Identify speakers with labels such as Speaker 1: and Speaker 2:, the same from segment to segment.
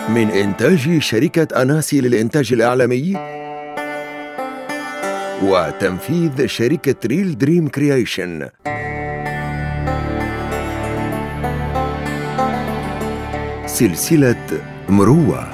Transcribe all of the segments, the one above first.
Speaker 1: من إنتاج شركة أناسي للإنتاج الإعلامي وتنفيذ شركة ريل دريم كرييشن. سلسلة مروة.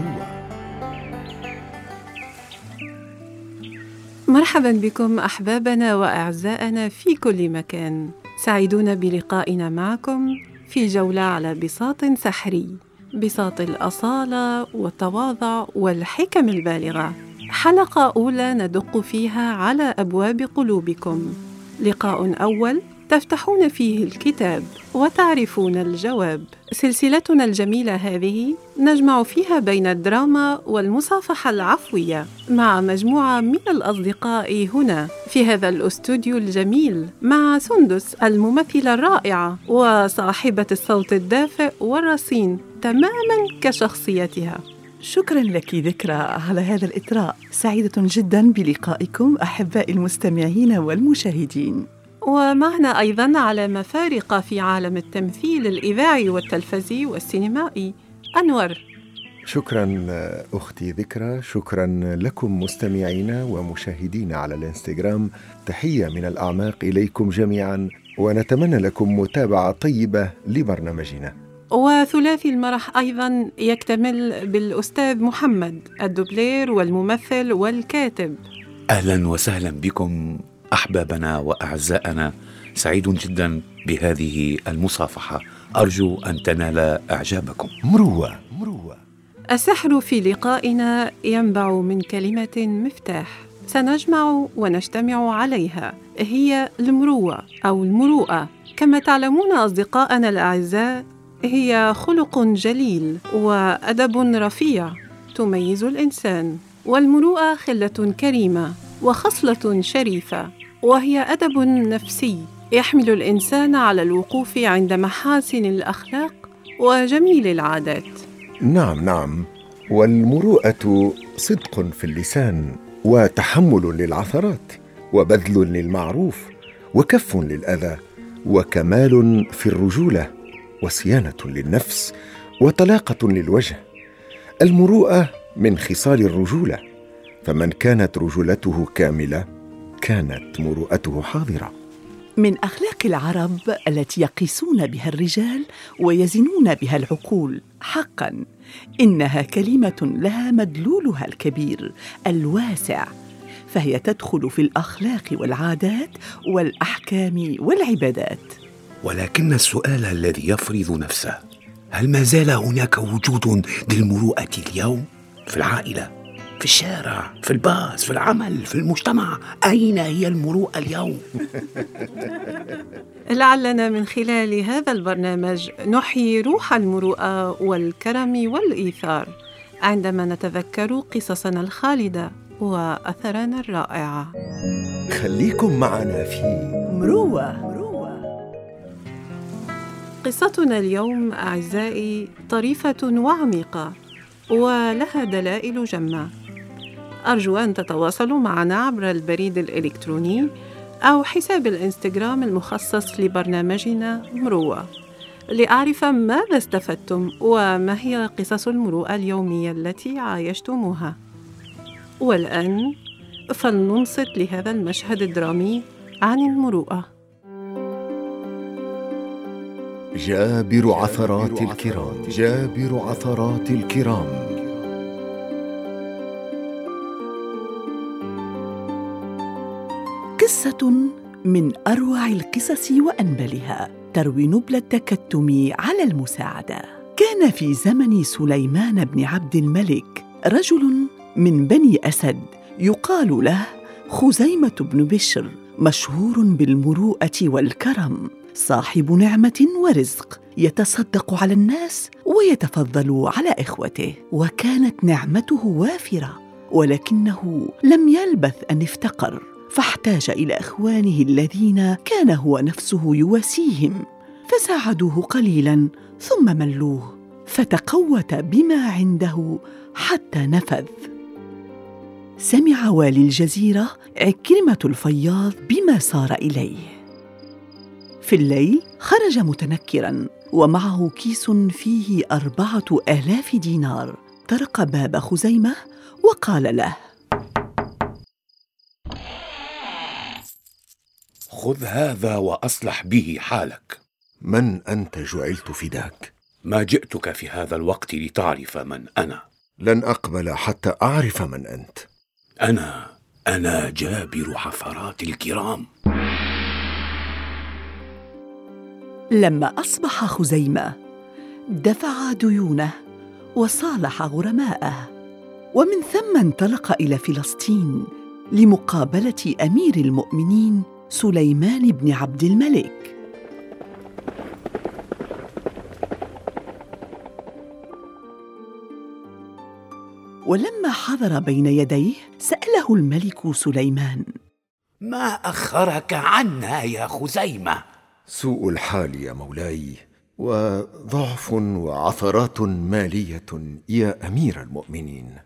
Speaker 2: مرحبا بكم أحبابنا وأعزائنا في كل مكان، سعيدون بلقائنا معكم في جولة على بساط سحري، بساط الأصالة والتواضع والحكم البالغة. حلقة أولى ندق فيها على أبواب قلوبكم، لقاء أول تفتحون فيه الكتاب وتعرفون الجواب. سلسلتنا الجميلة هذه نجمع فيها بين الدراما والمصافحة العفوية مع مجموعة من الأصدقاء هنا في هذا الأستوديو الجميل، مع سندس الممثلة الرائعة وصاحبة الصوت الدافئ والرصين تماماً كشخصيتها.
Speaker 3: شكراً لك ذكرى على هذا الإطراء، سعيدة جداً بلقائكم أحبائي المستمعين والمشاهدين.
Speaker 2: ومعنا أيضاً على مفارق في عالم التمثيل الإذاعي والتلفزي والسينمائي أنور.
Speaker 1: شكراً أختي ذكرى، شكراً لكم مستمعينا ومشاهدينا على الانستغرام. تحية من الأعماق إليكم جميعاً، ونتمنى لكم متابعة طيبة لبرنامجنا.
Speaker 2: وثلاثي المرح أيضاً يكتمل بالأستاذ محمد، الدوبلير والممثل والكاتب.
Speaker 4: أهلاً وسهلاً بكم أحبابنا وأعزائنا، سعيد جداً بهذه المصافحة، أرجو أن تنال إعجابكم.
Speaker 1: مروة.
Speaker 2: السحر في لقائنا ينبع من كلمة مفتاح سنجمع ونجتمع عليها، هي المروة أو المروءة. كما تعلمون أصدقائنا الأعزاء، هي خلق جليل وأدب رفيع تميز الإنسان، والمروءة خلة كريمة وخصلة شريفة، وهي أدب نفسي يحمل الإنسان على الوقوف عند محاسن الأخلاق وجميل العادات.
Speaker 1: نعم، والمروءة صدق في اللسان، وتحمل للعثرات، وبذل للمعروف، وكف للأذى، وكمال في الرجولة، وصيانة للنفس، وطلاقة للوجه. المروءة من خصال الرجولة، فمن كانت رجولته كاملة كانت مروءته حاضرة.
Speaker 3: من أخلاق العرب التي يقيسون بها الرجال ويزنون بها العقول، حقاً إنها كلمة لها مدلولها الكبير الواسع، فهي تدخل في الأخلاق والعادات والأحكام والعبادات.
Speaker 4: ولكن السؤال الذي يفرض نفسه، هل ما زال هناك وجود للمروءة اليوم؟ في العائلة، في الشارع، في الباص، في العمل، في المجتمع، أين هي المروءة اليوم؟
Speaker 2: لعلنا من خلال هذا البرنامج نحيي روح المروءة والكرم والإيثار عندما نتذكر قصصنا الخالدة وأثرنا الرائعة.
Speaker 1: خليكم معنا في
Speaker 3: مروة.
Speaker 2: قصتنا اليوم أعزائي طريفة وعميقة ولها دلائل جمة. أرجو أن تتواصلوا معنا عبر البريد الإلكتروني أو حساب الإنستغرام المخصص لبرنامجنا مروة، لأعرف ماذا استفدتم وما هي قصص المروءة اليومية التي عايشتموها. والآن فلننصت لهذا المشهد الدرامي عن المروءة.
Speaker 1: جابر عثرات الكرام.
Speaker 3: قصة من أروع القصص وأنبلها، تروي نبل التكتم على المساعدة. كان في زمن سليمان بن عبد الملك رجل من بني أسد يقال له خزيمة بن بشر، مشهور بالمروءة والكرم، صاحب نعمة ورزق، يتصدق على الناس ويتفضل على إخوته، وكانت نعمته وافرة، ولكنه لم يلبث أن افتقر، فاحتاج إلى إخوانه الذين كان هو نفسه يواسيهم، فساعدوه قليلاً ثم ملوه، فتقوت بما عنده حتى نفذ. سمع والي الجزيرة عكرمة الفياض بما صار إليه. في الليل خرج متنكراً ومعه كيس فيه 4,000 دينار. طرق باب خزيمة وقال له:
Speaker 4: خذ هذا وأصلح به حالك.
Speaker 1: من أنت جعلت فداك؟
Speaker 4: ما جئتك في هذا الوقت لتعرف من أنا.
Speaker 1: لن أقبل حتى أعرف من أنت.
Speaker 4: أنا جابر عثرات الكرام.
Speaker 3: لما أصبح خزيمة دفع ديونه وصالح غرماءه، ومن ثم انطلق إلى فلسطين لمقابلة أمير المؤمنين سليمان بن عبد الملك. ولما حضر بين يديه سأله الملك سليمان:
Speaker 4: ما أخرك عنا يا خزيمة؟
Speaker 1: سوء الحال يا مولاي، وضعف وعثرات مالية يا أمير المؤمنين.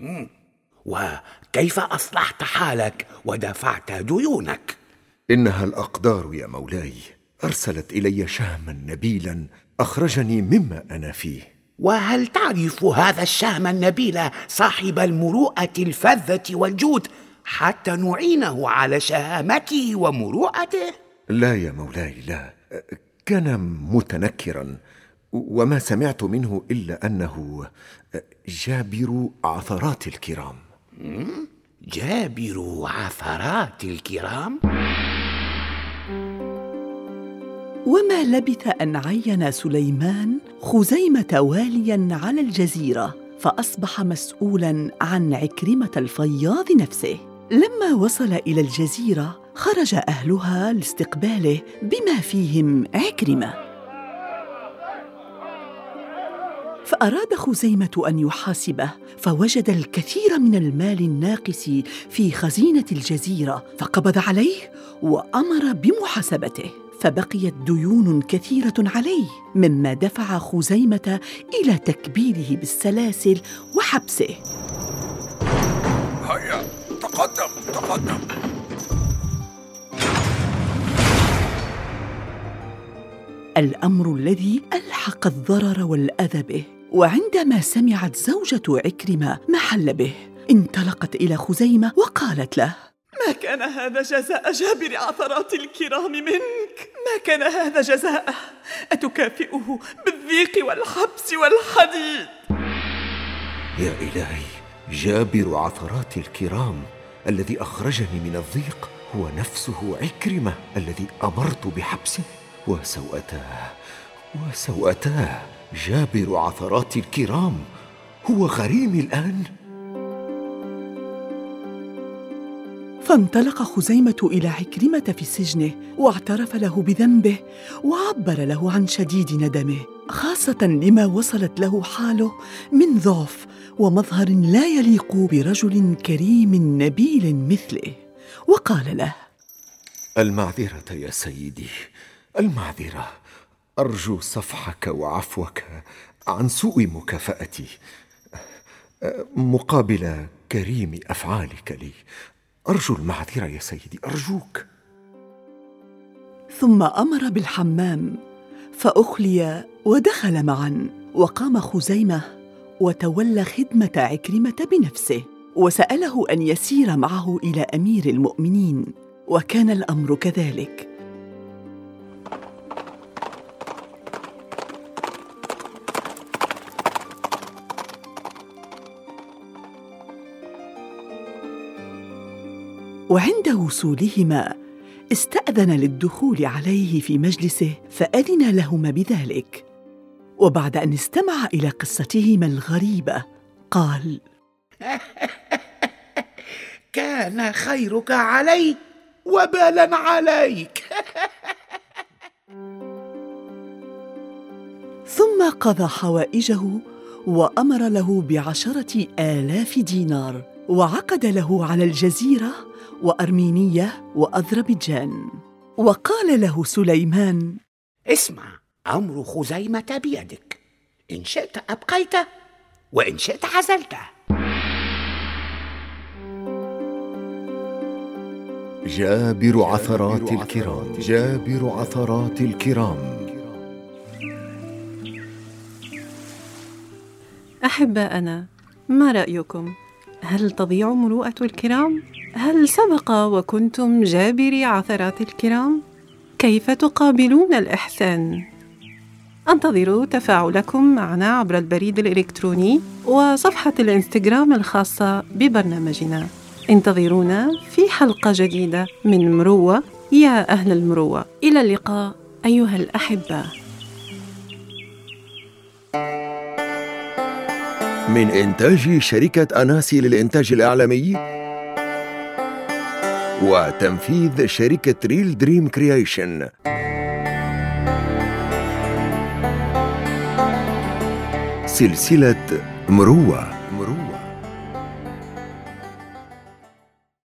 Speaker 4: وكيف أصلحت حالك ودفعت ديونك؟
Speaker 1: إنها الأقدار يا مولاي، أرسلت إلي شهما نبيلا أخرجني مما أنا فيه.
Speaker 4: وهل تعرف هذا الشهم النبيل صاحب المروءة الفذة والجود حتى نعينه على شهامته ومروءته؟
Speaker 1: لا يا مولاي، لا، كان متنكرا، وما سمعت منه إلا أنه جابر عثرات الكرام.
Speaker 4: جابر عثرات الكرام؟
Speaker 3: وما لبث أن عين سليمان خزيمة والياً على الجزيرة، فأصبح مسؤولاً عن عكرمة الفياض نفسه. لما وصل إلى الجزيرة خرج أهلها لاستقباله بما فيهم عكرمة. فأراد خزيمة أن يحاسبه، فوجد الكثير من المال الناقص في خزينة الجزيرة، فقبض عليه وأمر بمحاسبته، فبقيت ديون كثيرة عليه، مما دفع خزيمة إلى تكبيله بالسلاسل وحبسه.
Speaker 4: هيا تقدم.
Speaker 3: الأمر الذي ألحق الضرر والأذى به. وعندما سمعت زوجة عكرمة ما حل به، انطلقت إلى خزيمة وقالت له:
Speaker 5: ما كان هذا جزاء جابر عثرات الكرام منك؟ ما كان هذا جزاءه؟ أتكافئه بالضيق والحبس والحديد؟
Speaker 1: يا إلهي، جابر عثرات الكرام الذي أخرجني من الضيق هو نفسه عكرمة الذي أمرت بحبسه. وسوأتاه جابر عثرات الكرام هو غريمي الآن.
Speaker 3: فانطلق خزيمة إلى عكرمة في سجنه، واعترف له بذنبه، وعبر له عن شديد ندمه، خاصة لما وصلت له حاله من ضعف ومظهر لا يليق برجل كريم نبيل مثله، وقال له:
Speaker 1: المعذرة يا سيدي، المعذرة، أرجو صفحك وعفوك عن سوء مكافأتي مقابل كريم أفعالك لي. أرجو المعذرة يا سيدي، أرجوك.
Speaker 3: ثم أمر بالحمام فأخلي ودخل معا، وقام خزيمة وتولى خدمة عكرمة بنفسه، وسأله أن يسير معه إلى أمير المؤمنين، وكان الأمر كذلك. وعند وصولهما استأذن للدخول عليه في مجلسه، فأذن لهما بذلك. وبعد أن استمع إلى قصتهما الغريبة قال:
Speaker 4: كان خيرك علي وبالا عليك.
Speaker 3: ثم قضى حوائجه وأمر له ب10,000 دينار، وعقد له على الجزيرة وأرمينية وأذربيجان. وقال له سليمان:
Speaker 4: اسمع، أمر خزيمة بيدك، إن شئت أبقيته وإن شئت عزلته.
Speaker 1: جابر عثرات الكرام.
Speaker 2: أحباءنا، ما رأيكم؟ هل تضيع مروءة الكرام؟ هل سبق وكنتم جابري عثرات الكرام؟ كيف تقابلون الإحسان؟ أنتظر تفاعلكم معنا عبر البريد الإلكتروني وصفحة الإنستغرام الخاصة ببرنامجنا. انتظرونا في حلقة جديدة من مروة يا أهل المروة. إلى اللقاء أيها الأحبة.
Speaker 1: من إنتاج شركة أناسي للإنتاج الإعلامي وتنفيذ شركة ريل دريم كرييشن. سلسلة مروة.